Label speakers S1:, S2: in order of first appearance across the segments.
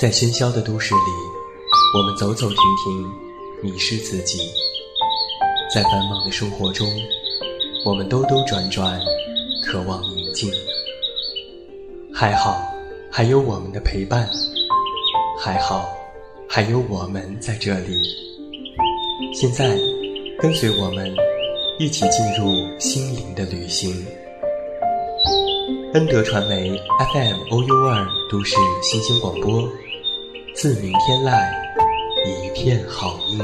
S1: 在喧嚣的都市里，我们走走停停，迷失自己；在繁忙的生活中，我们兜兜转转，渴望宁静。还好，还有我们的陪伴；还好，还有我们在这里。现在，跟随我们，一起进入心灵的旅行。恩德传媒 FM OU2 都市新鲜广播，自鸣天籁，一片好音。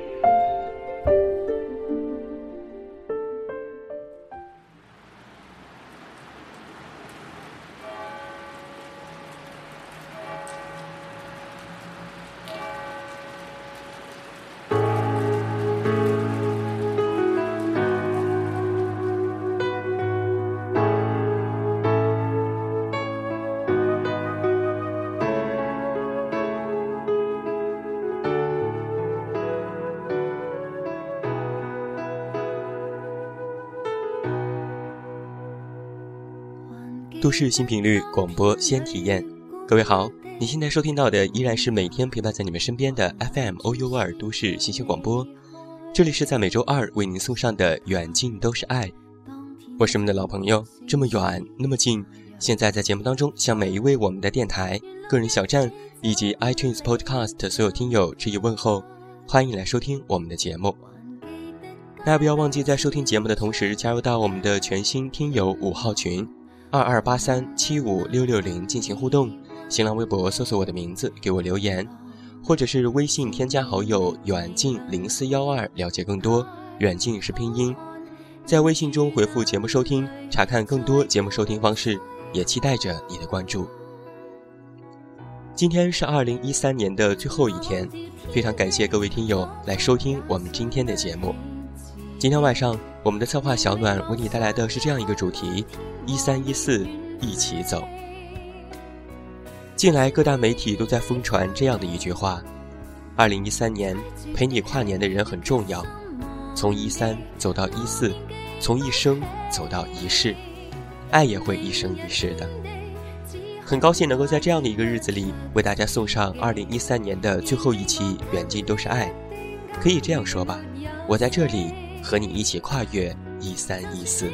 S1: 都市新频率广播先体验，各位好，你现在收听到的依然是每天陪伴在你们身边的 FMOU2 都市新鲜广播，这里是在每周二为您送上的远近都是爱。我是你们的老朋友，这么远那么近，现在在节目当中向每一位我们的电台、个人小站以及 iTunes Podcast 所有听友致以问候，欢迎来收听我们的节目。大家不要忘记在收听节目的同时加入到我们的全新听友5号群2283-75660进行互动，新浪微博搜索我的名字给我留言，或者是微信添加好友远近0412了解更多，远近是拼音，在微信中回复节目收听查看更多节目收听方式，也期待着你的关注。今天是2013年的最后一天，非常感谢各位听友来收听我们今天的节目。今天晚上我们的策划小暖为你带来的是这样一个主题：1314一起走。近来各大媒体都在疯传这样的一句话：2013年陪你跨年的人很重要，从13走到14，从一生走到一世，爱也会一生一世的。很高兴能够在这样的一个日子里为大家送上2013年的最后一期远近都是爱。可以这样说吧，我在这里和你一起跨越1314。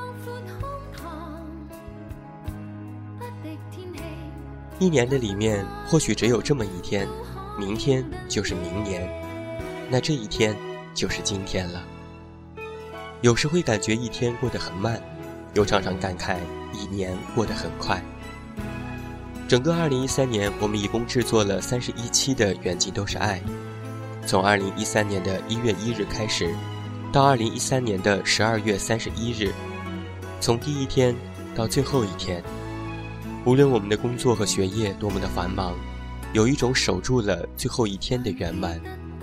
S1: 一年的里面或许只有这么一天，明天就是明年，那这一天就是今天了。有时会感觉一天过得很慢，又常常感慨一年过得很快。整个2013年我们一共制作了31期的远近都是爱，从2013年的1月1日开始到2013年的12月31日，从第一天到最后一天，无论我们的工作和学业多么的繁忙，有一种守住了最后一天的圆满。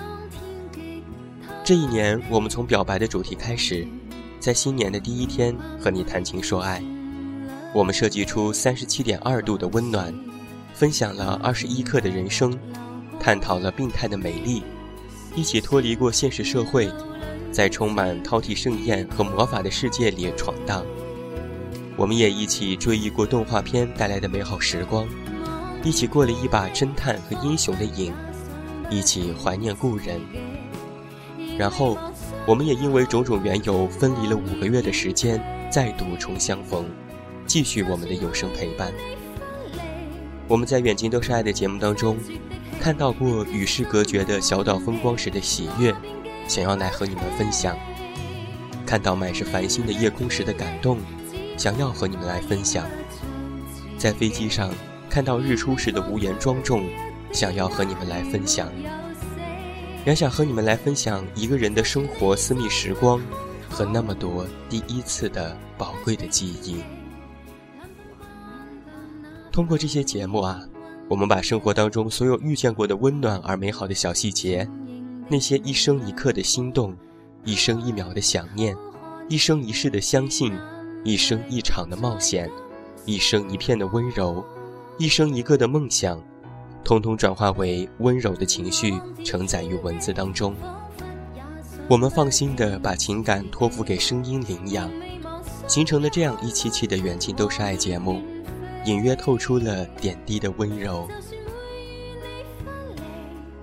S1: 这一年我们从表白的主题开始，在新年的第一天和你谈情说爱，我们设计出37.2度的温暖，分享了21克的人生，探讨了病态的美丽，一起脱离过现实社会，在充满饕餮盛宴和魔法的世界里闯荡。我们也一起追忆过动画片带来的美好时光，一起过了一把侦探和英雄的瘾，一起怀念故人。然后我们也因为种种缘由分离了5个月的时间，再度重相逢，继续我们的有声陪伴。我们在远近都是爱的节目当中看到过与世隔绝的小岛风光时的喜悦，想要来和你们分享；看到满是繁星的夜空时的感动，想要和你们来分享；在飞机上看到日出时的无言庄重，想要和你们来分享；也想和你们来分享一个人的生活私密时光和那么多第一次的宝贵的记忆。通过这些节目我们把生活当中所有遇见过的温暖而美好的小细节，那些一生一刻的心动，一生一秒的想念，一生一世的相信，一生一场的冒险，一生一片的温柔，一生一个的梦想，通通转化为温柔的情绪，承载于文字当中。我们放心地把情感托付给声音领养，形成了这样一期期的远近都是爱节目，隐约透出了点滴的温柔。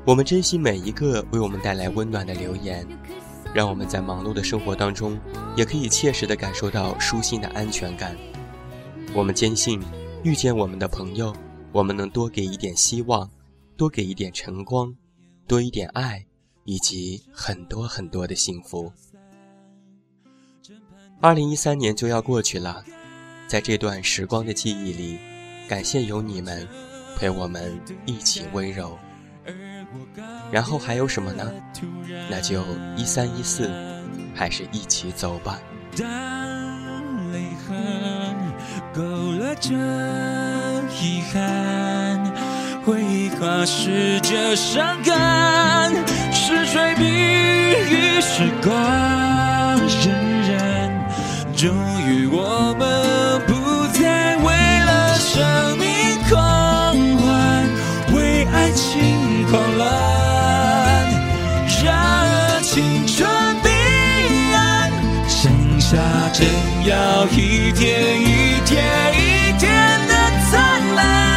S1: 我们珍惜每一个为我们带来温暖的留言，让我们在忙碌的生活当中也可以切实地感受到舒心的安全感。我们坚信遇见我们的朋友，我们能多给一点希望，多给一点晨光，多一点爱，以及很多很多的幸福。2013年就要过去了，在这段时光的记忆里，感谢有你们陪我们一起温柔。然后还有什么呢？那就1314，还是一起走吧。
S2: 当泪痕勾勒着遗憾，回画试着伤感，是谁比喻时光荏苒，终于我们不再为了生命狂欢，为爱情狂乱，让青春彼岸剩下正要一天一天一天的灿烂。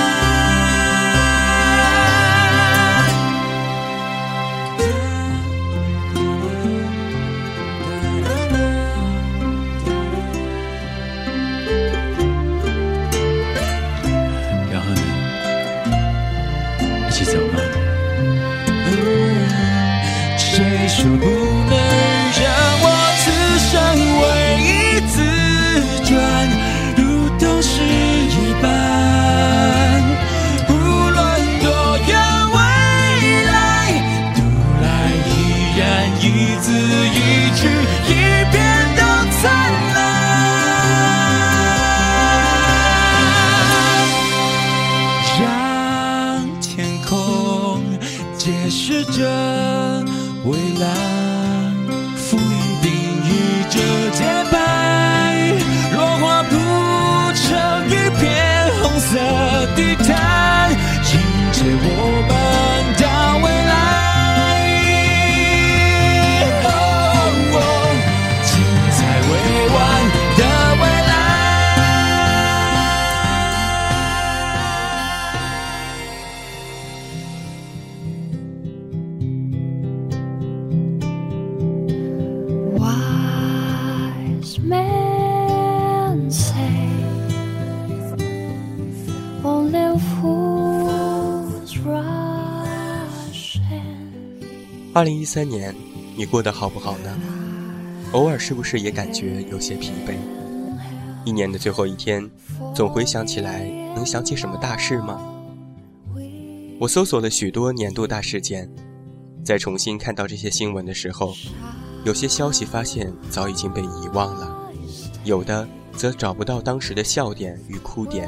S2: 然后呢？一起走吧。谁说不能让我此生唯一自转，如同是一般，无论多远未来，读来依然一字一句一遍都灿烂，让天空解释着蔚蓝，浮云定义着洁白，落花铺成一片红色地毯，迎接我们到未来。精彩未完的未来。
S3: Wise men say only fools rush in。
S1: 2013年你过得好不好呢？偶尔是不是也感觉有些疲惫？一年的最后一天，总回想起来，能想起什么大事吗？我搜索了许多年度大事件，在重新看到这些新闻的时候，有些消息发现早已经被遗忘了，有的则找不到当时的笑点与哭点。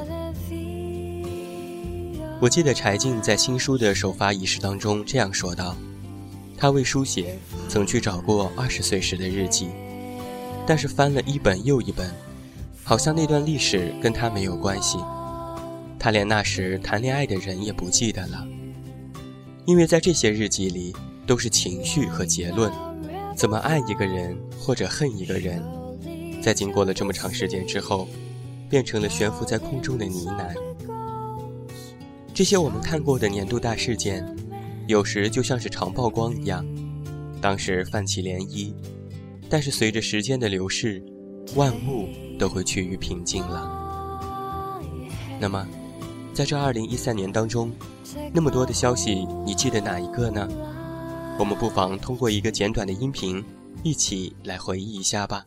S1: 我记得柴静在新书的首发仪式当中这样说道，他为书写曾去找过20岁时的日记，但是翻了一本又一本，好像那段历史跟他没有关系，他连那时谈恋爱的人也不记得了，因为在这些日记里都是情绪和结论，怎么爱一个人或者恨一个人，在经过了这么长时间之后，变成了悬浮在空中的呢喃。这些我们看过的年度大事件，有时就像是长曝光一样，当时泛起涟漪，但是随着时间的流逝，万物都会趋于平静了。那么在这2013年当中，那么多的消息，你记得哪一个呢？我们不妨通过一个简短的音频一起来回忆一下吧。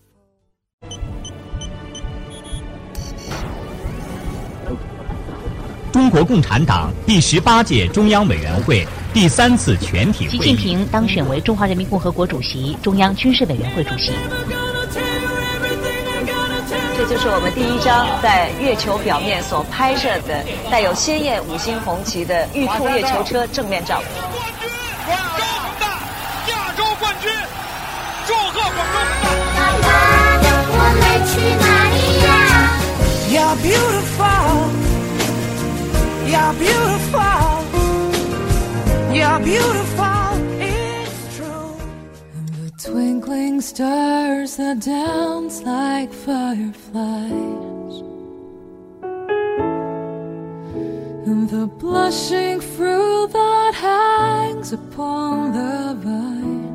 S4: 中国共产党第18届中央委员会第3次全体会议，
S5: 习近平当选为中华人民共和国主席、中央军事委员会主席。
S6: 这就是我们第一张在月球表面所拍摄的带有鲜艳5星红旗的玉兔月球车正面照。
S7: 广州恒大亚洲冠军，祝贺广州恒大！
S3: 爸爸，我们去哪里呀？
S2: You're beautiful, you're beautiful, you're beautiful, it's true.
S8: And the twinkling stars that dance like fireflies, and the blushing fruit that hangs hangs upon the vine,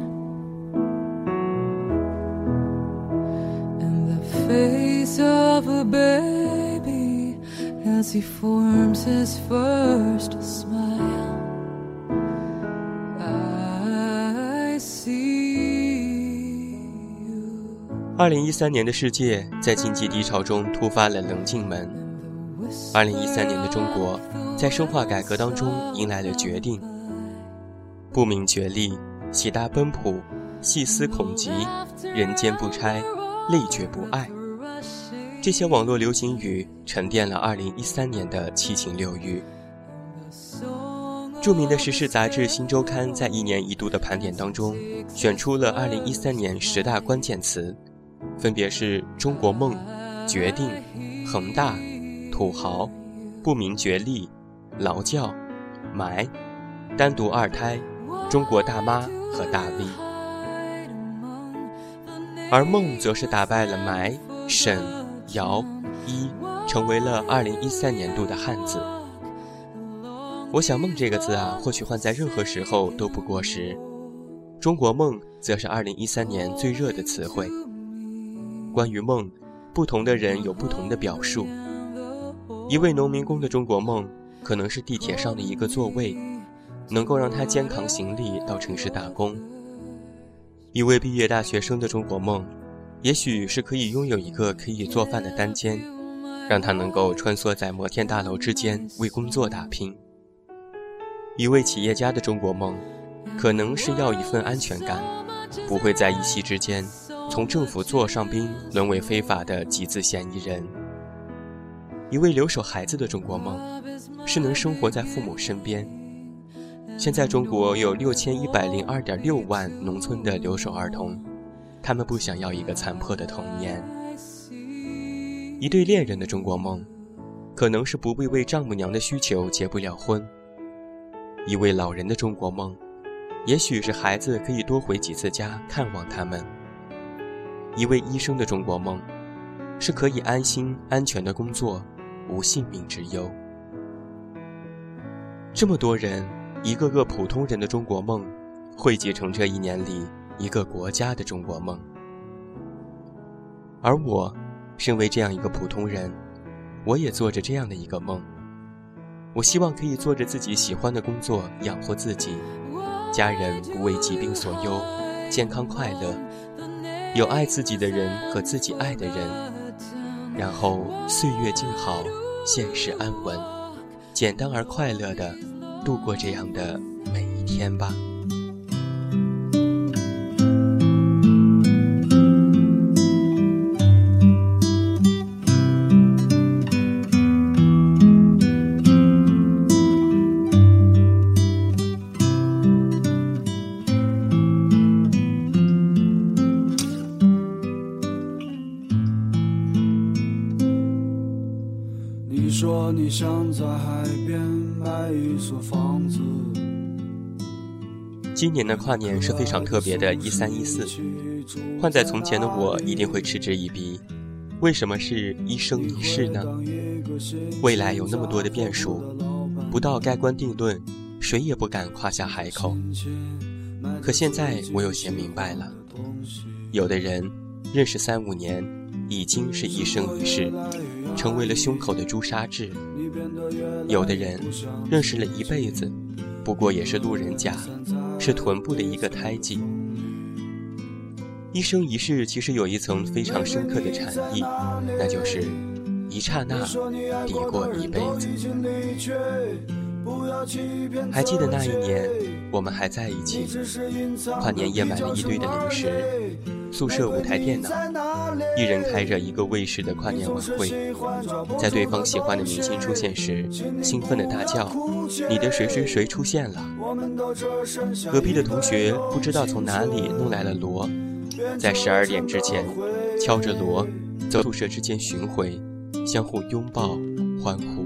S8: and the face of a baby as he forms his first smile. I see you.
S1: 2013年的世界在经济低潮中突发了棱镜门。2013年的中国在深化改革当中迎来了决定。不明觉厉，喜大奔普，细思恐极，人间不拆，累觉不爱。这些网络流行语沉淀了2013年的七情六欲。著名的时事杂志《新周刊》在1年1度的盘点当中，选出了2013年10大关键词，分别是中国梦、决定、恒大、土豪、不明觉厉、劳教、埋、单独二胎、中国大妈和大 V。 而梦则是打败了埋、沈、姚、一，成为了2013年度的汉字。我想梦这个字啊，或许换在任何时候都不过时。中国梦则是2013年最热的词汇。关于梦，不同的人有不同的表述。一位农民工的中国梦可能是地铁上的一个座位，能够让他肩扛行李到城市打工。一位毕业大学生的中国梦，也许是可以拥有一个可以做饭的单间，让他能够穿梭在摩天大楼之间为工作打拼。一位企业家的中国梦，可能是要一份安全感，不会在一夕之间从政府座上宾沦为非法的集资嫌疑人。一位留守孩子的中国梦，是能生活在父母身边。现在中国有6102.6万农村的留守儿童，他们不想要一个残破的童年。一对恋人的中国梦，可能是不必为丈母娘的需求结不了婚。一位老人的中国梦，也许是孩子可以多回几次家看望他们。一位医生的中国梦，是可以安心安全的工作，无性命之忧。这么多人，一个个普通人的中国梦，汇集成这1年里一个国家的中国梦。而我身为这样一个普通人，我也做着这样的一个梦。我希望可以做着自己喜欢的工作养活自己，家人不为疾病所忧，健康快乐，有爱自己的人和自己爱的人，然后岁月静好，现实安稳，简单而快乐地度过这样的每一天吧。
S2: 你说你想在海边买一所房子。
S1: 今年的跨年是非常特别的1314，换在从前的我一定会嗤之以鼻，为什么是一生一世呢？未来有那么多的变数，不到盖棺定论，谁也不敢夸下海口。可现在我有些明白了，有的人认识3-5年，已经是一生一世，成为了胸口的朱砂痣；有的人认识了一辈子，不过也是路人甲，是臀部的一个胎记。一生一世其实有一层非常深刻的禅意，那就是一刹那抵过一辈子。还记得那一年我们还在一起，跨年夜买了一堆的零食，宿舍5台电脑，一人开着一个卫视的跨年晚会，在对方喜欢的明星出现时，兴奋地大叫：“你的谁谁谁出现了！”隔壁的同学不知道从哪里弄来了锣，在12点之前敲着锣走宿舍之间巡回，相互拥抱欢呼。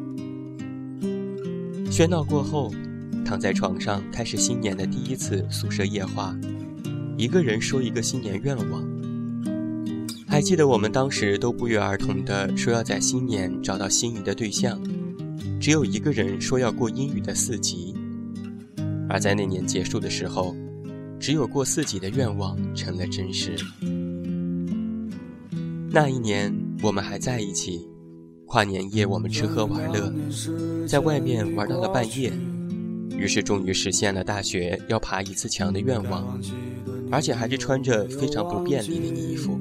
S1: 喧闹过后，躺在床上开始新年的第一次宿舍夜话，一个人说一个新年愿望。还记得我们当时都不约而同地说要在新年找到心仪的对象，只有一个人说要过英语的4级。 而在那年结束的时候，只有过4级的愿望成了真实。那一年我们还在一起，跨年夜我们吃喝玩乐，在外面玩到了半夜，于是终于实现了大学要爬1次墙的愿望，而且还是穿着非常不便利的衣服。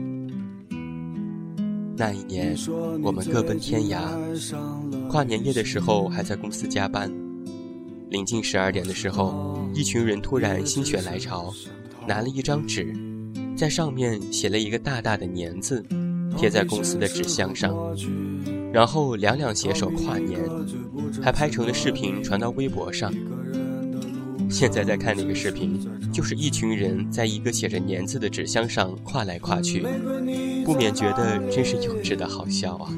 S1: 那一年我们各奔天涯，跨年夜的时候还在公司加班，临近12点的时候，一群人突然心血来潮，拿了一张纸，在上面写了一个大大的年字，贴在公司的纸箱上，然后两两携手跨年，还拍成了视频传到微博上。现在在看那个视频，就是一群人在一个写着年字的纸箱上跨来跨去，不免觉得真是幼稚的好笑啊。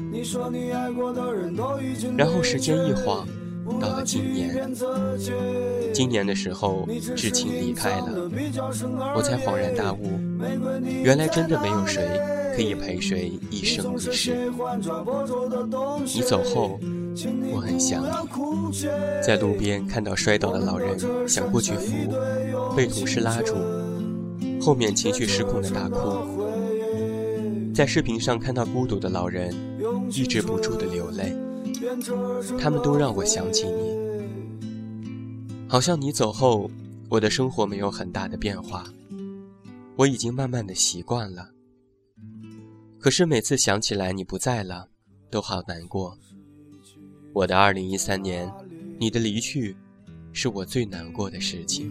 S1: 然后时间一晃，到了今年的时候，至亲离开了，我才恍然大悟，原来真的没有谁可以陪谁一生一世。你走后，我很想你，在路边看到摔倒的老人，想过去扶，被同事拉住，后面情绪失控的大哭。在视频上看到孤独的老人，抑制不住的流泪，他们都让我想起你。好像你走后，我的生活没有很大的变化，我已经慢慢的习惯了。可是每次想起来你不在了，都好难过。我的2013年，你的离去是我最难过的事情。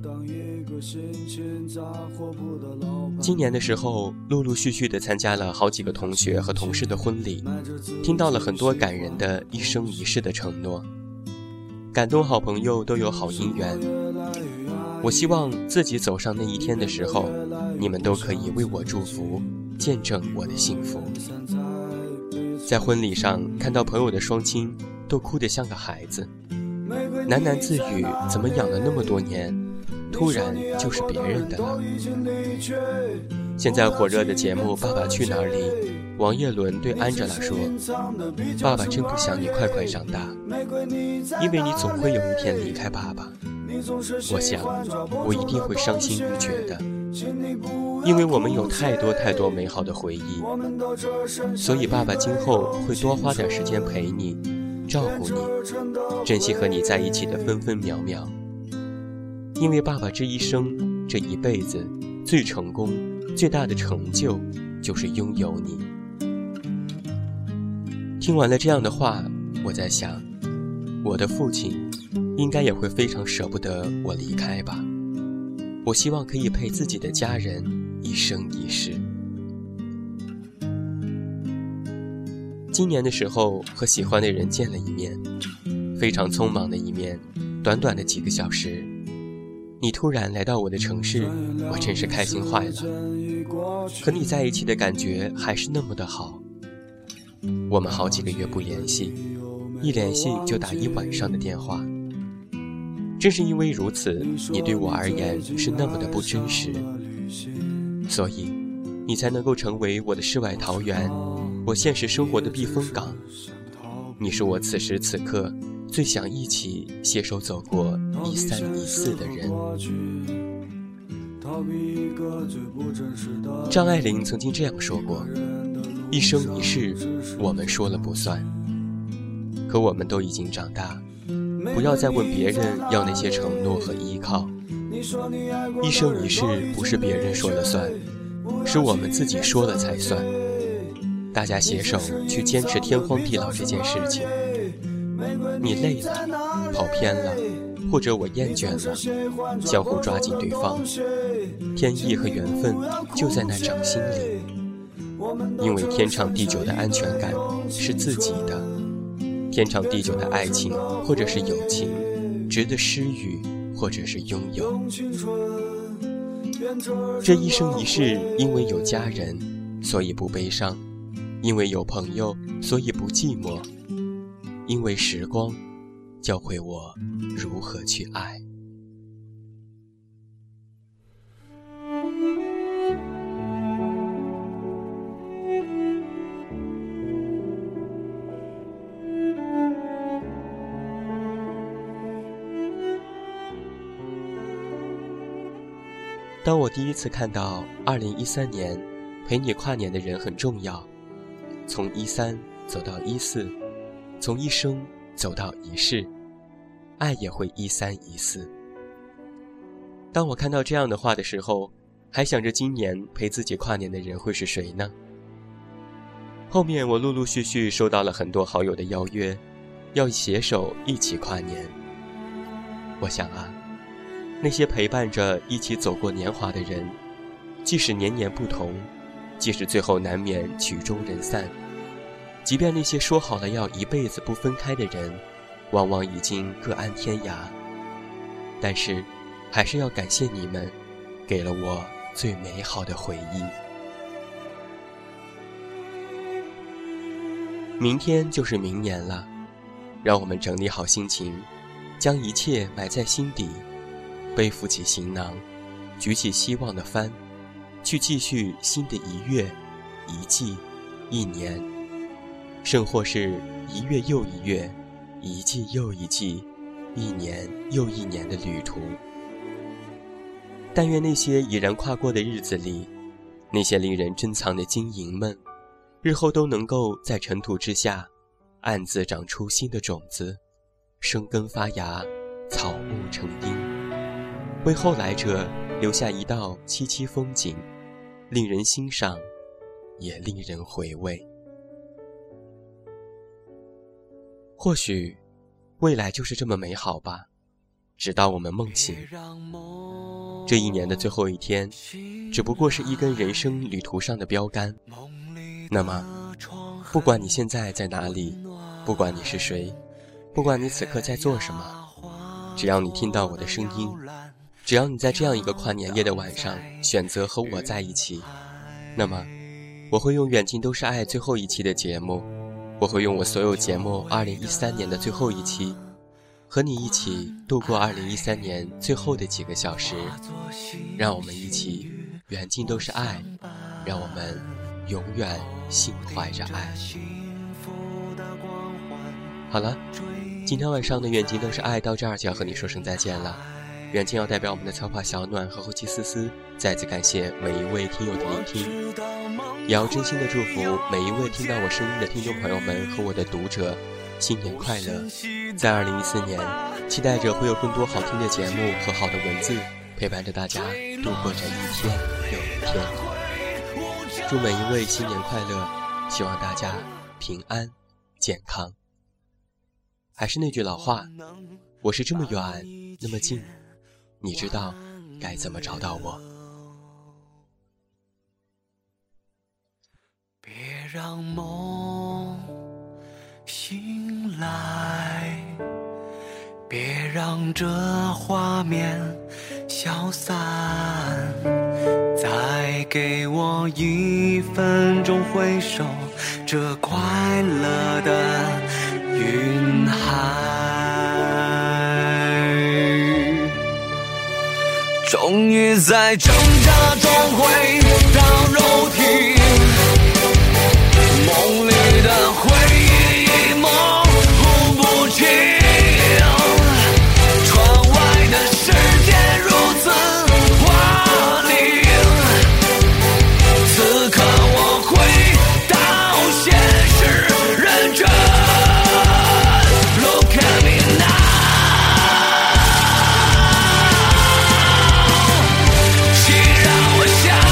S1: 今年的时候，陆陆续续地参加了好几个同学和同事的婚礼，听到了很多感人的一生一世的承诺，感动好朋友都有好姻缘。我希望自己走上那一天的时候，你们都可以为我祝福，见证我的幸福。在婚礼上看到朋友的双亲都哭得像个孩子，喃喃自语怎么养了那么多年，突然就是别人的了。现在火热的节目《爸爸去哪儿》里，王岳伦对安吉拉说，爸爸真不想你快快长大，因为你总会有一天离开爸爸。我想我一定会伤心欲绝的，因为我们有太多太多美好的回忆，所以爸爸今后会多花点时间陪你，照顾你，珍惜和你在一起的分分秒秒。因为爸爸这一生这一辈子最成功最大的成就就是拥有你。听完了这样的话，我在想，我的父亲应该也会非常舍不得我离开吧。我希望可以陪自己的家人一生一世。今年的时候和喜欢的人见了一面，非常匆忙的一面，短短的几个小时。你突然来到我的城市，我真是开心坏了。和你在一起的感觉还是那么的好。我们好几个月不联系，一联系就打1晚上的电话。正是因为如此，你对我而言是那么的不真实，所以你才能够成为我的世外桃源，我现实生活的避风港。你是我此时此刻最想一起携手走过一3一4的人。张爱玲曾经这样说过，一生一世我们说了不算，可我们都已经长大，不要再问别人要那些承诺和依靠。一生一世不是别人说了算，是我们自己说了才算。大家携手去坚持天荒地老这件事情。你累了，跑偏了，或者我厌倦了，相互抓紧对方。天意和缘分就在那掌心里，因为天长地久的安全感是自己的，天长地久的爱情或者是友情值得施予或者是拥有。这一生一世，因为有家人所以不悲伤，因为有朋友所以不寂寞，因为时光教会我如何去爱。 当我第一次看到2013年陪你跨年的人很重要，从13走到14，从一生走到一世，爱也会13、14。当我看到这样的话的时候，还想着今年陪自己跨年的人会是谁呢？后面我陆陆续续收到了很多好友的邀约，要携手一起跨年。我想啊，那些陪伴着一起走过年华的人，即使年年不同，即使最后难免曲终人散，即便那些说好了要一辈子不分开的人，往往已经各安天涯，但是还是要感谢你们，给了我最美好的回忆。明天就是明年了，让我们整理好心情，将一切埋在心底，背负起行囊，举起希望的帆，去继续新的一月、一季、一年，甚或是一月又一月，一季又一季，一年又一年的旅途。但愿那些已然跨过的日子里，那些令人珍藏的金银们，日后都能够在尘土之下暗自长出新的种子，生根发芽，草木成荫，为后来者留下一道凄凄风景，令人欣赏，也令人回味。或许未来就是这么美好吧，直到我们梦醒。这一年的最后一天，只不过是一根人生旅途上的标杆。那么不管你现在在哪里，不管你是谁，不管你此刻在做什么，只要你听到我的声音，只要你在这样一个跨年夜的晚上选择和我在一起，那么我会用远近都是爱最后一期的节目，我会用我所有节目2013年的最后一期，和你一起度过2013年最后的几个小时，让我们一起远近都是爱，让我们永远心怀着爱。好了，今天晚上的远近都是爱到这儿就要和你说声再见了。远近要代表我们的策划小暖和后期思思再次感谢每一位听友的聆听，也要真心的祝福每一位听到我声音的听众朋友们和我的读者新年快乐。在2014年，期待着会有更多好听的节目和好的文字陪伴着大家度过这一天又一天。祝每一位新年快乐，希望大家平安健康。还是那句老话，我是这么远那么近，你知道该怎么找到我。
S2: 别让梦醒来，别让这画面消散，再给我1分钟回首这快乐的云海。终于在挣扎中回到肉体，梦里的回忆模糊不清，窗外的世界如此华丽，此刻我回到现实，认真 Look at me now， 请让我笑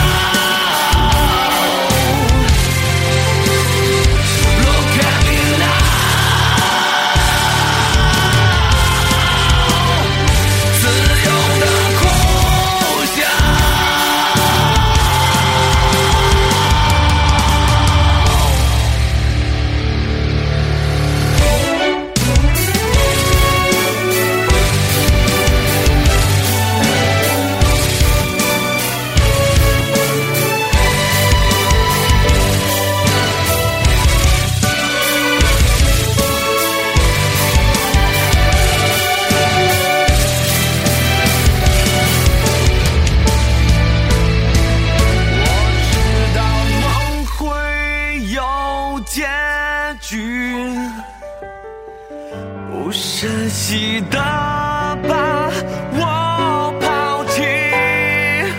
S2: 不珍惜的把我抛弃，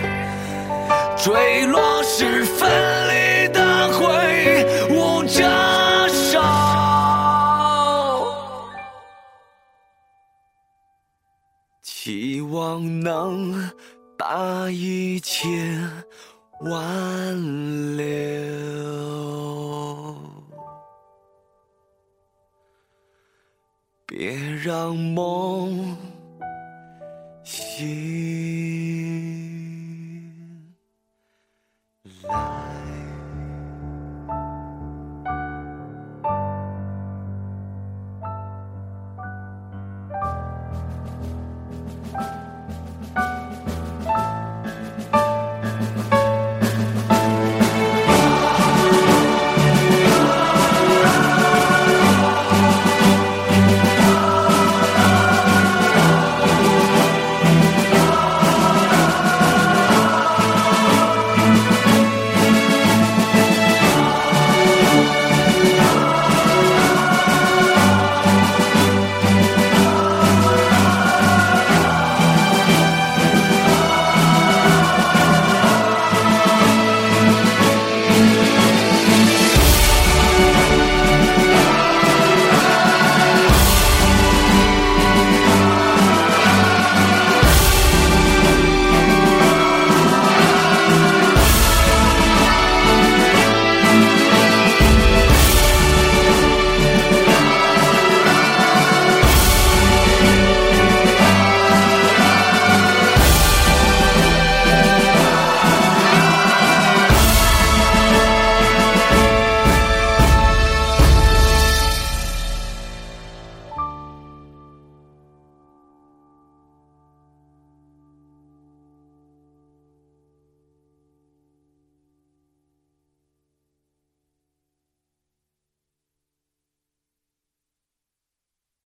S2: 坠落时分离的挥舞着手，期望能把一切挽留。别让梦醒来。